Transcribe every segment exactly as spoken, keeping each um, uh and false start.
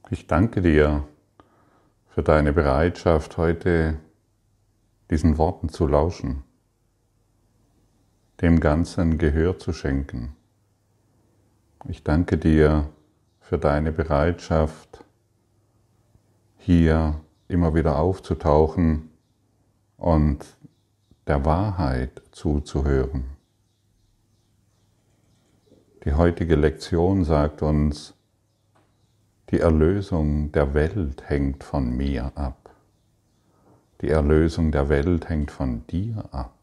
Ich danke dir für deine Bereitschaft, heute diesen Worten zu lauschen, dem Ganzen Gehör zu schenken. Ich danke dir für deine Bereitschaft, hier immer wieder aufzutauchen und der Wahrheit zuzuhören. Die heutige Lektion sagt uns, die Erlösung der Welt hängt von mir ab. Die Erlösung der Welt hängt von dir ab.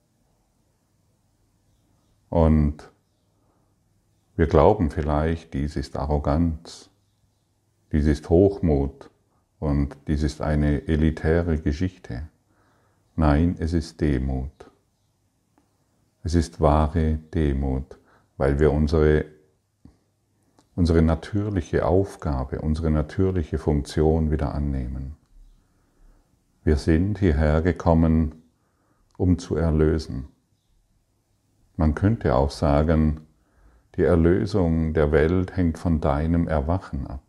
Und wir glauben vielleicht, dies ist Arroganz, dies ist Hochmut und dies ist eine elitäre Geschichte. Nein, es ist Demut. Es ist wahre Demut, weil wir unsere unsere natürliche Aufgabe, unsere natürliche Funktion wieder annehmen. Wir sind hierher gekommen, um zu erlösen. Man könnte auch sagen, die Erlösung der Welt hängt von deinem Erwachen ab.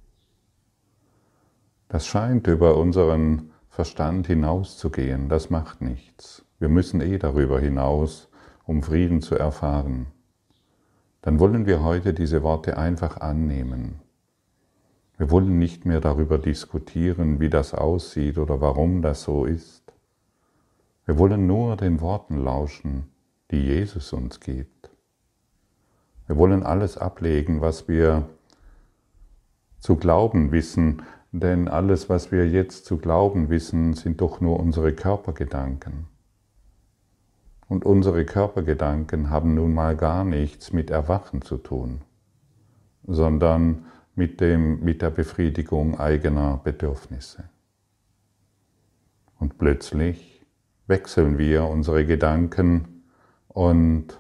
Das scheint über unseren Verstand hinauszugehen, das macht nichts. Wir müssen eh darüber hinaus, um Frieden zu erfahren. Dann wollen wir heute diese Worte einfach annehmen. Wir wollen nicht mehr darüber diskutieren, wie das aussieht oder warum das so ist. Wir wollen nur den Worten lauschen, die Jesus uns gibt. Wir wollen alles ablegen, was wir zu glauben wissen, denn alles, was wir jetzt zu glauben wissen, sind doch nur unsere Körpergedanken. Und unsere Körpergedanken haben nun mal gar nichts mit Erwachen zu tun, sondern mit dem, mit der Befriedigung eigener Bedürfnisse. Und plötzlich wechseln wir unsere Gedanken und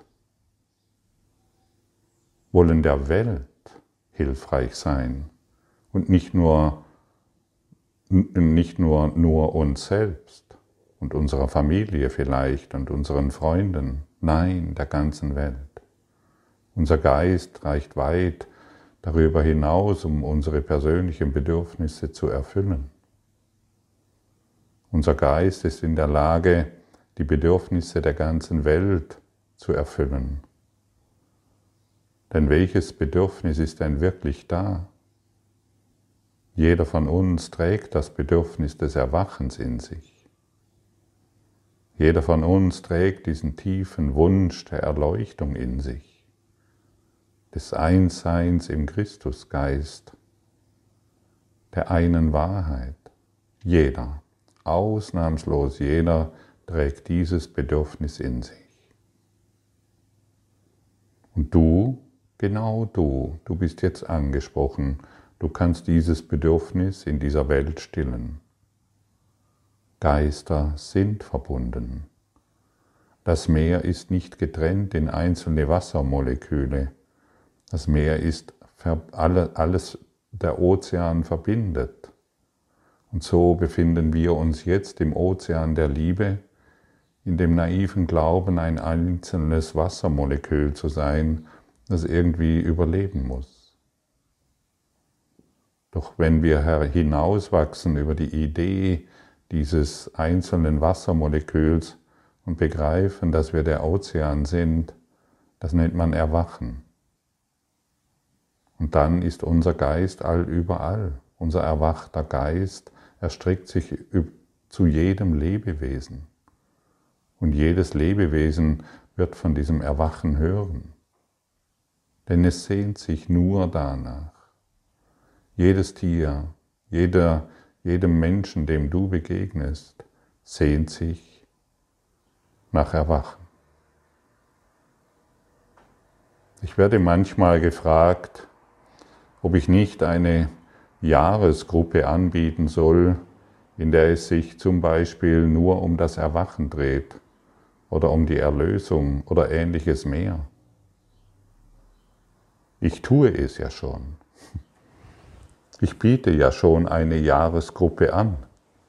wollen der Welt hilfreich sein und nicht nur, nicht nur, nur uns selbst. Und unserer Familie vielleicht und unseren Freunden, nein, der ganzen Welt. Unser Geist reicht weit darüber hinaus, um unsere persönlichen Bedürfnisse zu erfüllen. Unser Geist ist in der Lage, die Bedürfnisse der ganzen Welt zu erfüllen. Denn welches Bedürfnis ist denn wirklich da? Jeder von uns trägt das Bedürfnis des Erwachens in sich. Jeder von uns trägt diesen tiefen Wunsch der Erleuchtung in sich, des Einsseins im Christusgeist, der einen Wahrheit. Jeder, ausnahmslos jeder, trägt dieses Bedürfnis in sich. Und du, genau du, du bist jetzt angesprochen, du kannst dieses Bedürfnis in dieser Welt stillen. Geister sind verbunden. Das Meer ist nicht getrennt in einzelne Wassermoleküle. Das Meer ist alles, der Ozean verbindet. Und so befinden wir uns jetzt im Ozean der Liebe, in dem naiven Glauben, ein einzelnes Wassermolekül zu sein, das irgendwie überleben muss. Doch wenn wir hinauswachsen über die Idee dieses einzelnen Wassermoleküls und begreifen, dass wir der Ozean sind, das nennt man Erwachen. Und dann ist unser Geist allüberall. Unser erwachter Geist erstreckt sich zu jedem Lebewesen. Und jedes Lebewesen wird von diesem Erwachen hören. Denn es sehnt sich nur danach. Jedes Tier, jeder Jedem Menschen, dem du begegnest, sehnt sich nach Erwachen. Ich werde manchmal gefragt, ob ich nicht eine Jahresgruppe anbieten soll, in der es sich zum Beispiel nur um das Erwachen dreht oder um die Erlösung oder ähnliches mehr. Ich tue es ja schon. Ich biete ja schon eine Jahresgruppe an.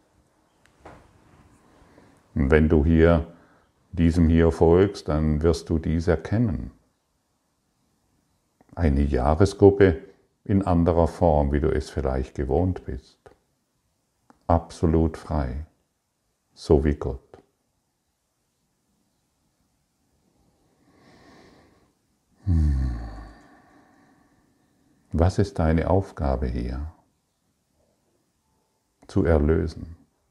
Und wenn du hier diesem hier folgst, dann wirst du dies erkennen. Eine Jahresgruppe in anderer Form, wie du es vielleicht gewohnt bist. Absolut frei, so wie Gott. Hm. Was ist deine Aufgabe hier? Zu erlösen.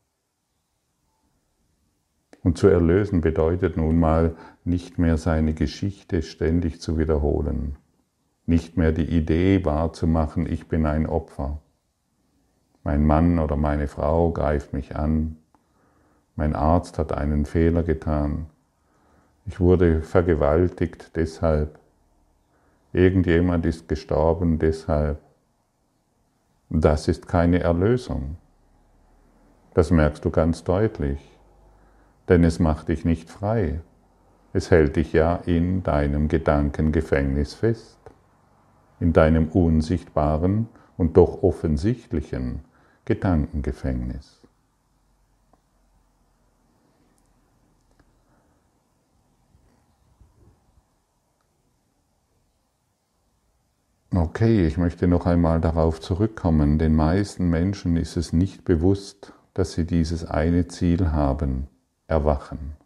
Und zu erlösen bedeutet nun mal, nicht mehr seine Geschichte ständig zu wiederholen, nicht mehr die Idee wahrzumachen, ich bin ein Opfer. Mein Mann oder meine Frau greift mich an, mein Arzt hat einen Fehler getan, ich wurde vergewaltigt deshalb, irgendjemand ist gestorben deshalb. Das ist keine Erlösung. Das merkst du ganz deutlich, denn es macht dich nicht frei. Es hält dich ja in deinem Gedankengefängnis fest, in deinem unsichtbaren und doch offensichtlichen Gedankengefängnis. Okay, ich möchte noch einmal darauf zurückkommen. Den meisten Menschen ist es nicht bewusst, dass sie dieses eine Ziel haben: Erwachen.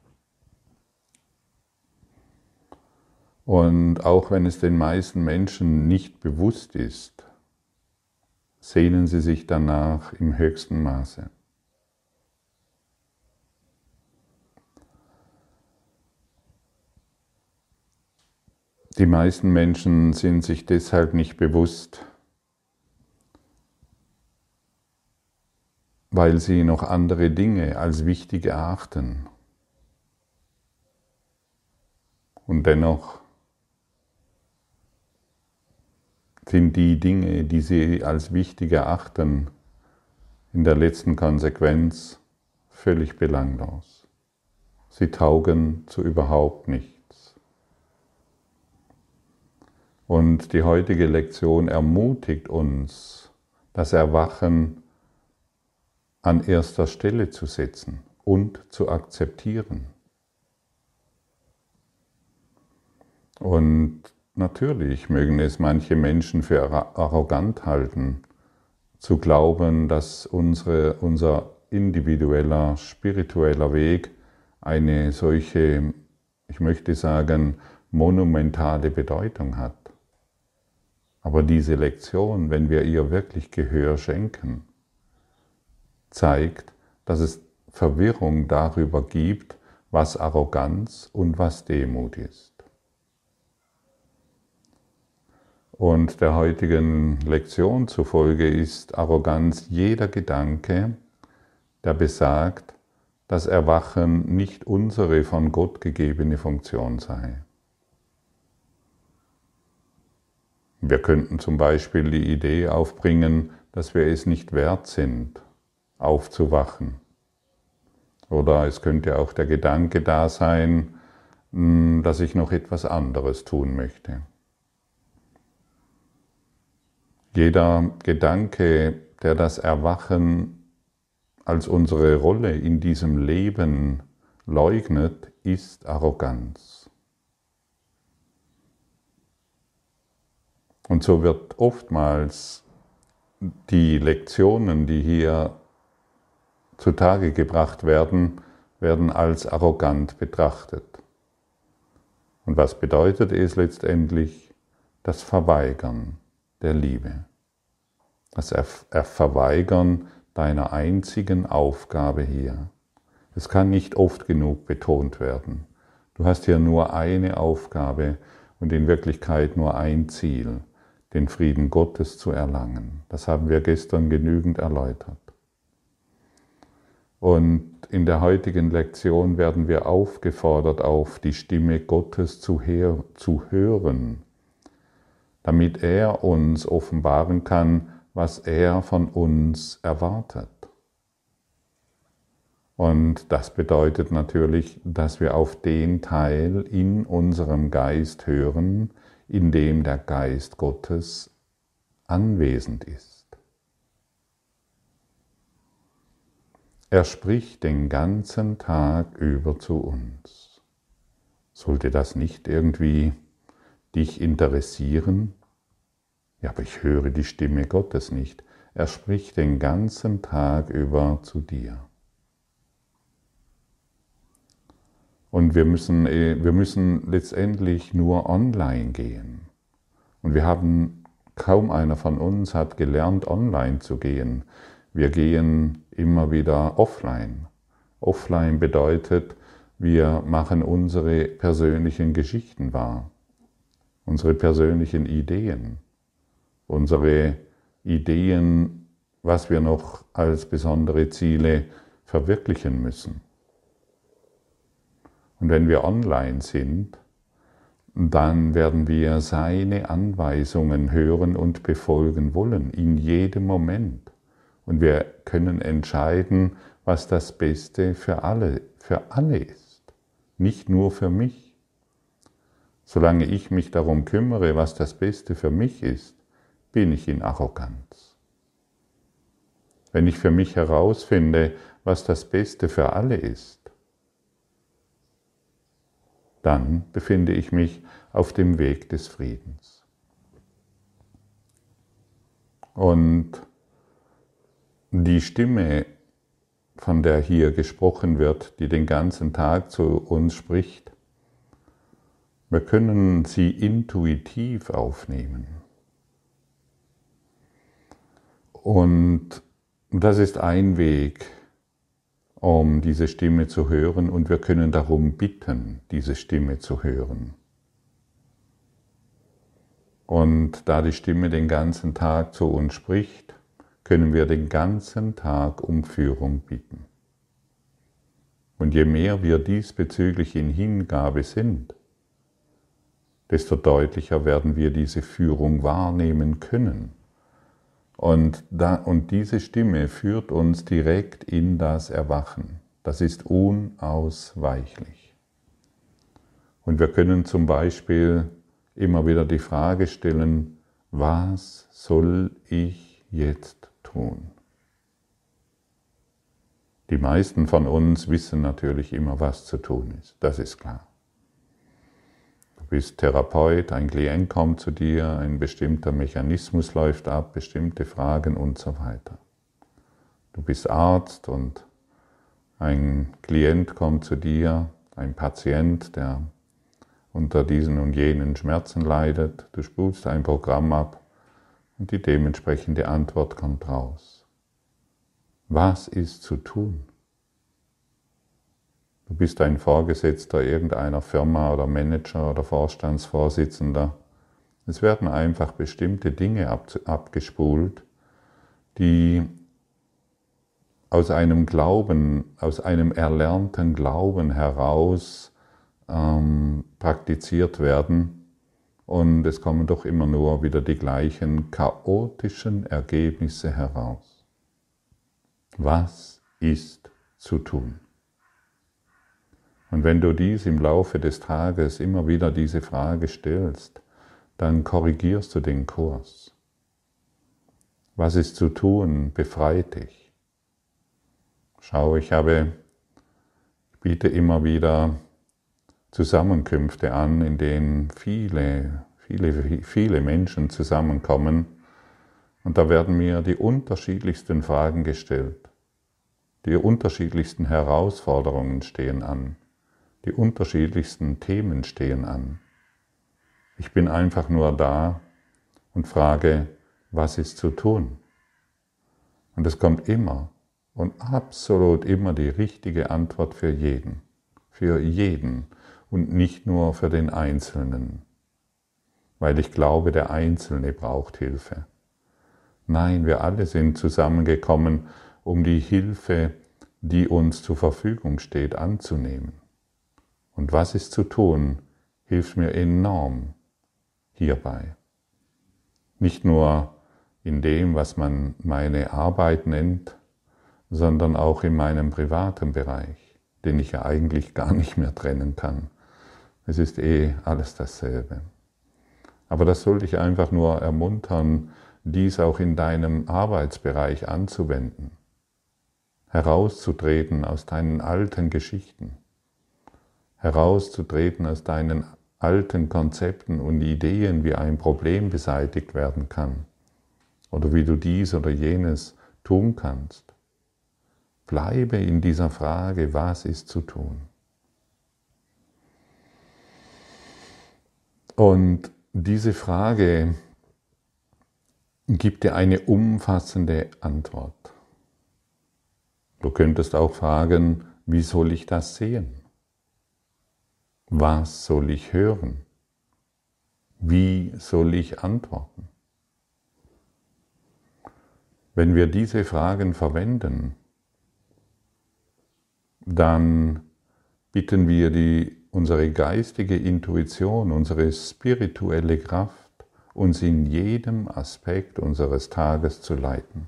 Und auch wenn es den meisten Menschen nicht bewusst ist, sehnen sie sich danach im höchsten Maße. Die meisten Menschen sind sich deshalb nicht bewusst, weil sie noch andere Dinge als wichtig erachten. Und dennoch sind die Dinge, die sie als wichtig erachten, in der letzten Konsequenz völlig belanglos. Sie taugen zu überhaupt nichts. Und die heutige Lektion ermutigt uns, das Erwachen an erster Stelle zu setzen und zu akzeptieren. Und natürlich mögen es manche Menschen für arrogant halten, zu glauben, dass unsere, unser individueller, spiritueller Weg eine solche, ich möchte sagen, monumentale Bedeutung hat. Aber diese Lektion, wenn wir ihr wirklich Gehör schenken, zeigt, dass es Verwirrung darüber gibt, was Arroganz und was Demut ist. Und der heutigen Lektion zufolge ist Arroganz jeder Gedanke, der besagt, dass Erwachen nicht unsere von Gott gegebene Funktion sei. Wir könnten zum Beispiel die Idee aufbringen, dass wir es nicht wert sind, aufzuwachen. Oder es könnte auch der Gedanke da sein, dass ich noch etwas anderes tun möchte. Jeder Gedanke, der das Erwachen als unsere Rolle in diesem Leben leugnet, ist Arroganz. Und so wird oftmals die Lektionen, die hier zutage gebracht werden, werden als arrogant betrachtet. Und was bedeutet es letztendlich? Das Verweigern der Liebe. Das Verweigern deiner einzigen Aufgabe hier. Es kann nicht oft genug betont werden. Du hast hier nur eine Aufgabe und in Wirklichkeit nur ein Ziel: den Frieden Gottes zu erlangen. Das haben wir gestern genügend erläutert. Und in der heutigen Lektion werden wir aufgefordert, auf die Stimme Gottes zu, zu hören, damit er uns offenbaren kann, was er von uns erwartet. Und das bedeutet natürlich, dass wir auf den Teil in unserem Geist hören, in dem der Geist Gottes anwesend ist. Er spricht den ganzen Tag über zu uns. Sollte das nicht irgendwie dich interessieren? Ja, aber ich höre die Stimme Gottes nicht. Er spricht den ganzen Tag über zu dir. Und wir müssen, wir müssen letztendlich nur online gehen. Und wir haben, kaum einer von uns hat gelernt, online zu gehen. Wir gehen immer wieder offline. Offline bedeutet, wir machen unsere persönlichen Geschichten wahr, unsere persönlichen Ideen, unsere Ideen, was wir noch als besondere Ziele verwirklichen müssen. Und wenn wir online sind, dann werden wir seine Anweisungen hören und befolgen wollen, in jedem Moment. Und wir können entscheiden, was das Beste für alle, für alle ist, nicht nur für mich. Solange ich mich darum kümmere, was das Beste für mich ist, bin ich in Arroganz. Wenn ich für mich herausfinde, was das Beste für alle ist, dann befinde ich mich auf dem Weg des Friedens. Und die Stimme, von der hier gesprochen wird, die den ganzen Tag zu uns spricht, wir können sie intuitiv aufnehmen. Und das ist ein Weg, um diese Stimme zu hören, und wir können darum bitten, diese Stimme zu hören. Und da die Stimme den ganzen Tag zu uns spricht, können wir den ganzen Tag um Führung bitten. Und je mehr wir diesbezüglich in Hingabe sind, desto deutlicher werden wir diese Führung wahrnehmen können. Und, da, und diese Stimme führt uns direkt in das Erwachen. Das ist unausweichlich. Und wir können zum Beispiel immer wieder die Frage stellen, was soll ich jetzt tun? Die meisten von uns wissen natürlich immer, was zu tun ist. Das ist klar. Du bist Therapeut, ein Klient kommt zu dir, ein bestimmter Mechanismus läuft ab, bestimmte Fragen und so weiter. Du bist Arzt und ein Klient kommt zu dir, ein Patient, der unter diesen und jenen Schmerzen leidet. Du spulst ein Programm ab und die dementsprechende Antwort kommt raus. Was ist zu tun? Du bist ein Vorgesetzter irgendeiner Firma oder Manager oder Vorstandsvorsitzender. Es werden einfach bestimmte Dinge abgespult, die aus einem Glauben, aus einem erlernten Glauben heraus ähm, praktiziert werden, und es kommen doch immer nur wieder die gleichen chaotischen Ergebnisse heraus. Was ist zu tun? Und wenn du dies im Laufe des Tages immer wieder diese Frage stellst, dann korrigierst du den Kurs. Was ist zu tun, befreit dich. Schau, ich habe, ich biete immer wieder Zusammenkünfte an, in denen viele, viele, viele Menschen zusammenkommen, und da werden mir die unterschiedlichsten Fragen gestellt. Die unterschiedlichsten Herausforderungen stehen an. Die unterschiedlichsten Themen stehen an. Ich bin einfach nur da und frage, was ist zu tun? Und es kommt immer und absolut immer die richtige Antwort für jeden. Für jeden und nicht nur für den Einzelnen. Weil ich glaube, der Einzelne braucht Hilfe. Nein, wir alle sind zusammengekommen, um die Hilfe, die uns zur Verfügung steht, anzunehmen. Und was ist zu tun, hilft mir enorm hierbei. Nicht nur in dem, was man meine Arbeit nennt, sondern auch in meinem privaten Bereich, den ich ja eigentlich gar nicht mehr trennen kann. Es ist eh alles dasselbe. Aber das soll dich einfach nur ermuntern, dies auch in deinem Arbeitsbereich anzuwenden, herauszutreten aus deinen alten Geschichten, herauszutreten aus deinen alten Konzepten und Ideen, wie ein Problem beseitigt werden kann oder wie du dies oder jenes tun kannst. Bleibe in dieser Frage, was ist zu tun? Und diese Frage gibt dir eine umfassende Antwort. Du könntest auch fragen, wie soll ich das sehen? Was soll ich hören? Wie soll ich antworten? Wenn wir diese Fragen verwenden, dann bitten wir die, unsere geistige Intuition, unsere spirituelle Kraft, uns in jedem Aspekt unseres Tages zu leiten.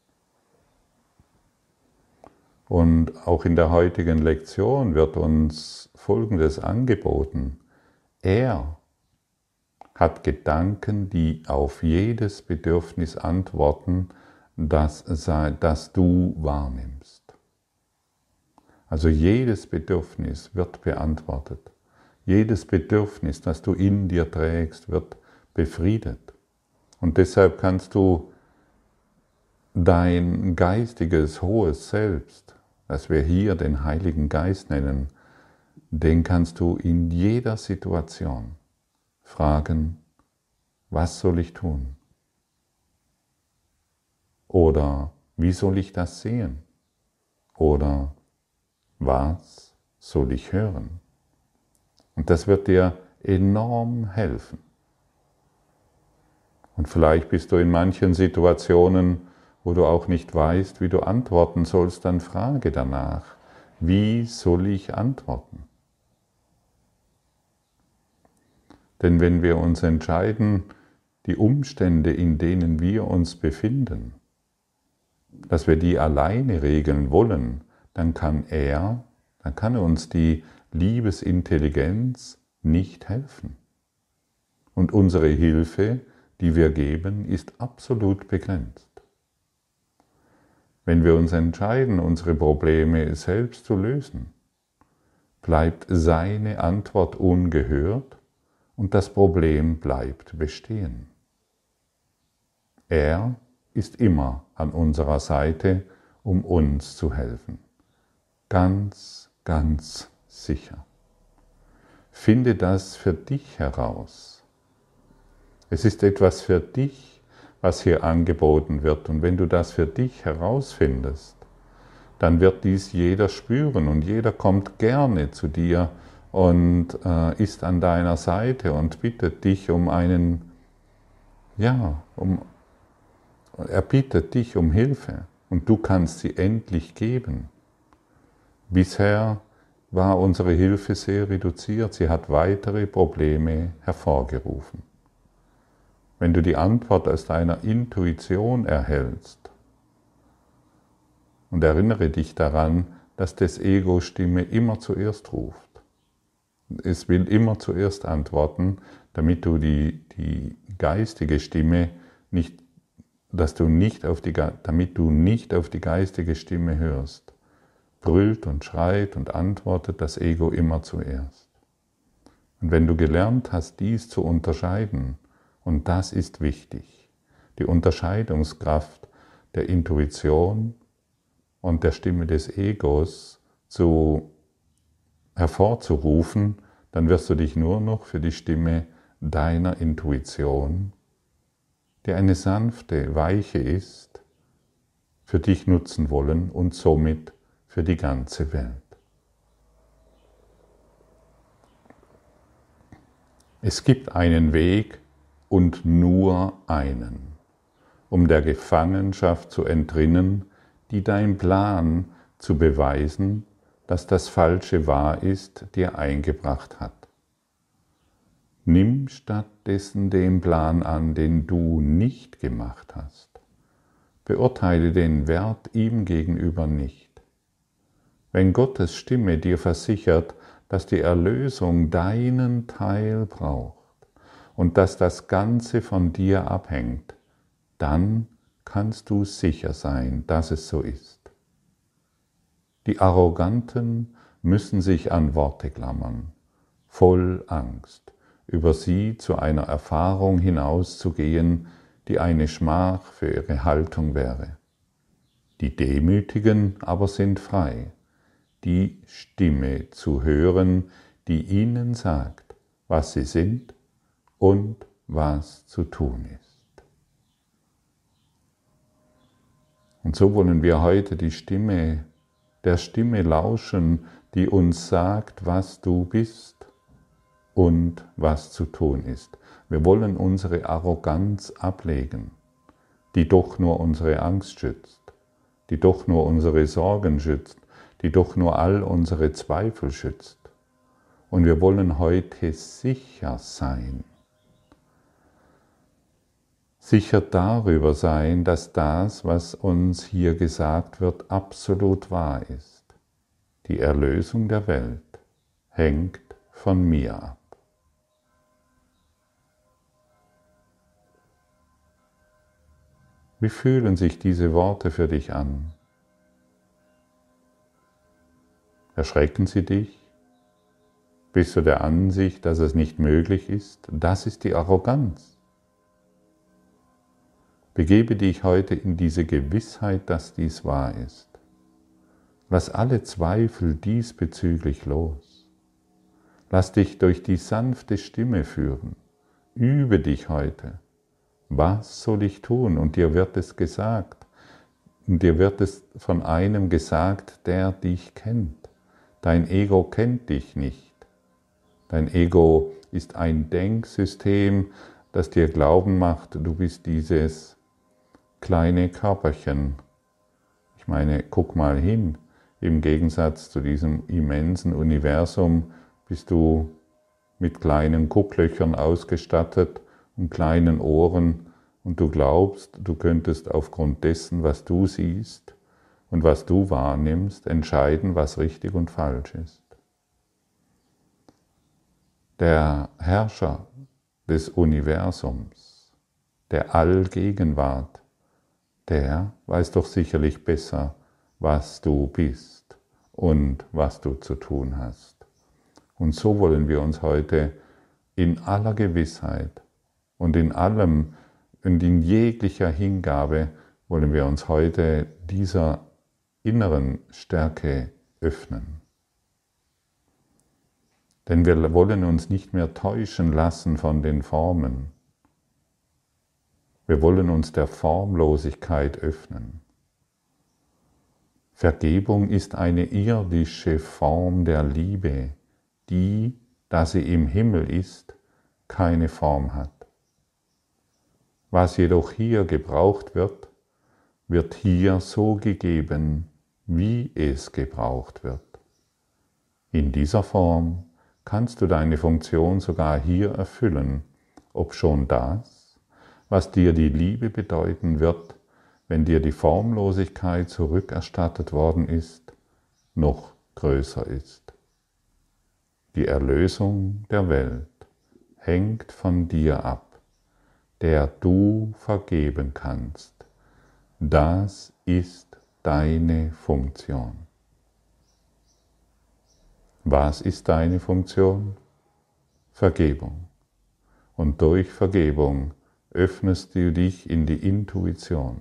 Und auch in der heutigen Lektion wird uns Folgendes angeboten. Er hat Gedanken, die auf jedes Bedürfnis antworten, das, das du wahrnimmst. Also jedes Bedürfnis wird beantwortet. Jedes Bedürfnis, das du in dir trägst, wird befriedet. Und deshalb kannst du dein geistiges, hohes Selbst, das wir hier den Heiligen Geist nennen, den kannst du in jeder Situation fragen, was soll ich tun? Oder wie soll ich das sehen? Oder was soll ich hören? Und das wird dir enorm helfen. Und vielleicht bist du in manchen Situationen, wo du auch nicht weißt, wie du antworten sollst, dann frage danach, wie soll ich antworten? Denn wenn wir uns entscheiden, die Umstände, in denen wir uns befinden, dass wir die alleine regeln wollen, dann kann er, dann kann uns die Liebesintelligenz nicht helfen. Und unsere Hilfe, die wir geben, ist absolut begrenzt. Wenn wir uns entscheiden, unsere Probleme selbst zu lösen, bleibt seine Antwort ungehört und das Problem bleibt bestehen. Er ist immer an unserer Seite, um uns zu helfen. Ganz, ganz sicher. Finde das für dich heraus. Es ist etwas für dich, was hier angeboten wird. Und wenn du das für dich herausfindest, dann wird dies jeder spüren und jeder kommt gerne zu dir und äh, ist an deiner Seite und bittet dich um einen, ja, um, er bittet dich um Hilfe und du kannst sie endlich geben. Bisher war unsere Hilfe sehr reduziert, sie hat weitere Probleme hervorgerufen. Wenn du die Antwort aus deiner Intuition erhältst, und erinnere dich daran, dass das Ego-Stimme immer zuerst ruft. Es will immer zuerst antworten, damit du die, die geistige Stimme nicht, dass du nicht auf die, damit du nicht auf die geistige Stimme hörst. Brüllt und schreit und antwortet das Ego immer zuerst. Und wenn du gelernt hast, dies zu unterscheiden, und das ist wichtig, die Unterscheidungskraft der Intuition und der Stimme des Egos zu hervorzurufen, dann wirst du dich nur noch für die Stimme deiner Intuition, die eine sanfte, weiche ist, für dich nutzen wollen und somit für die ganze Welt. Es gibt einen Weg und nur einen, um der Gefangenschaft zu entrinnen, die dein Plan zu beweisen, dass das Falsche wahr ist, dir eingebracht hat. Nimm stattdessen den Plan an, den du nicht gemacht hast. Beurteile den Wert ihm gegenüber nicht. Wenn Gottes Stimme dir versichert, dass die Erlösung deinen Teil braucht und dass das Ganze von dir abhängt, dann kannst du sicher sein, dass es so ist. Die Arroganten müssen sich an Worte klammern, voll Angst, über sie zu einer Erfahrung hinauszugehen, die eine Schmach für ihre Haltung wäre. Die Demütigen aber sind frei, die Stimme zu hören, die ihnen sagt, was sie sind und was zu tun ist. Und so wollen wir heute die Stimme, der Stimme lauschen, die uns sagt, was du bist und was zu tun ist. Wir wollen unsere Arroganz ablegen, die doch nur unsere Angst schützt, die doch nur unsere Sorgen schützt, die doch nur all unsere Zweifel schützt. Und wir wollen heute sicher sein. Sicher darüber sein, dass das, was uns hier gesagt wird, absolut wahr ist. Die Erlösung der Welt hängt von mir ab. Wie fühlen sich diese Worte für dich an? Erschrecken sie dich? Bist du der Ansicht, dass es nicht möglich ist? Das ist die Arroganz. Begebe dich heute in diese Gewissheit, dass dies wahr ist. Lass alle Zweifel diesbezüglich los. Lass dich durch die sanfte Stimme führen. Übe dich heute. Was soll ich tun? Und dir wird es gesagt. Und dir wird es von einem gesagt, der dich kennt. Dein Ego kennt dich nicht. Dein Ego ist ein Denksystem, das dir glauben macht, du bist dieses kleine Körperchen. Ich meine, guck mal hin. Im Gegensatz zu diesem immensen Universum bist du mit kleinen Gucklöchern ausgestattet und kleinen Ohren und du glaubst, du könntest aufgrund dessen, was du siehst und was du wahrnimmst, entscheiden, was richtig und falsch ist. Der Herrscher des Universums, der Allgegenwart, der weiß doch sicherlich besser, was du bist und was du zu tun hast. Und so wollen wir uns heute in aller Gewissheit und in allem und in jeglicher Hingabe wollen wir uns heute dieser inneren Stärke öffnen. Denn wir wollen uns nicht mehr täuschen lassen von den Formen. Wir wollen uns der Formlosigkeit öffnen. Vergebung ist eine irdische Form der Liebe, die, da sie im Himmel ist, keine Form hat. Was jedoch hier gebraucht wird, wird hier so gegeben, wie es gebraucht wird. In dieser Form kannst du deine Funktion sogar hier erfüllen, obschon das, was dir die Liebe bedeuten wird, wenn dir die Formlosigkeit zurückerstattet worden ist, noch größer ist. Die Erlösung der Welt hängt von dir ab, der du vergeben kannst. Das ist deine Funktion. Was ist deine Funktion? Vergebung. Und durch Vergebung öffnest du dich in die Intuition,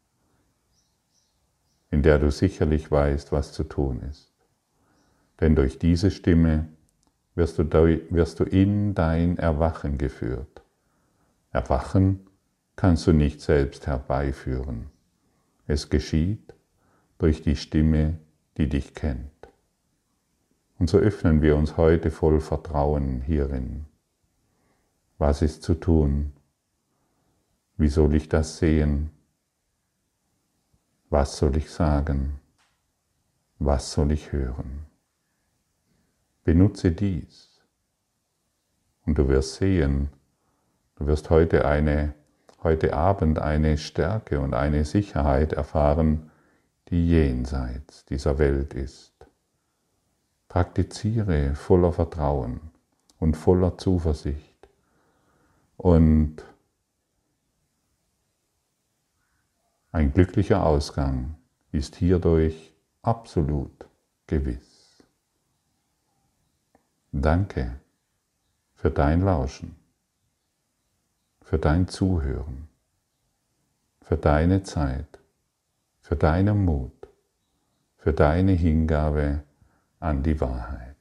in der du sicherlich weißt, was zu tun ist. Denn durch diese Stimme wirst du, wirst du in dein Erwachen geführt. Erwachen kannst du nicht selbst herbeiführen. Es geschieht durch die Stimme, die dich kennt. Und so öffnen wir uns heute voll Vertrauen hierin. Was ist zu tun? Wie soll ich das sehen? Was soll ich sagen? Was soll ich hören? Benutze dies und du wirst sehen, du wirst heute, eine, heute Abend eine Stärke und eine Sicherheit erfahren, die jenseits dieser Welt ist. Praktiziere voller Vertrauen und voller Zuversicht und ein glücklicher Ausgang ist hierdurch absolut gewiss. Danke für dein Lauschen, für dein Zuhören, für deine Zeit, für deinen Mut, für deine Hingabe an die Wahrheit.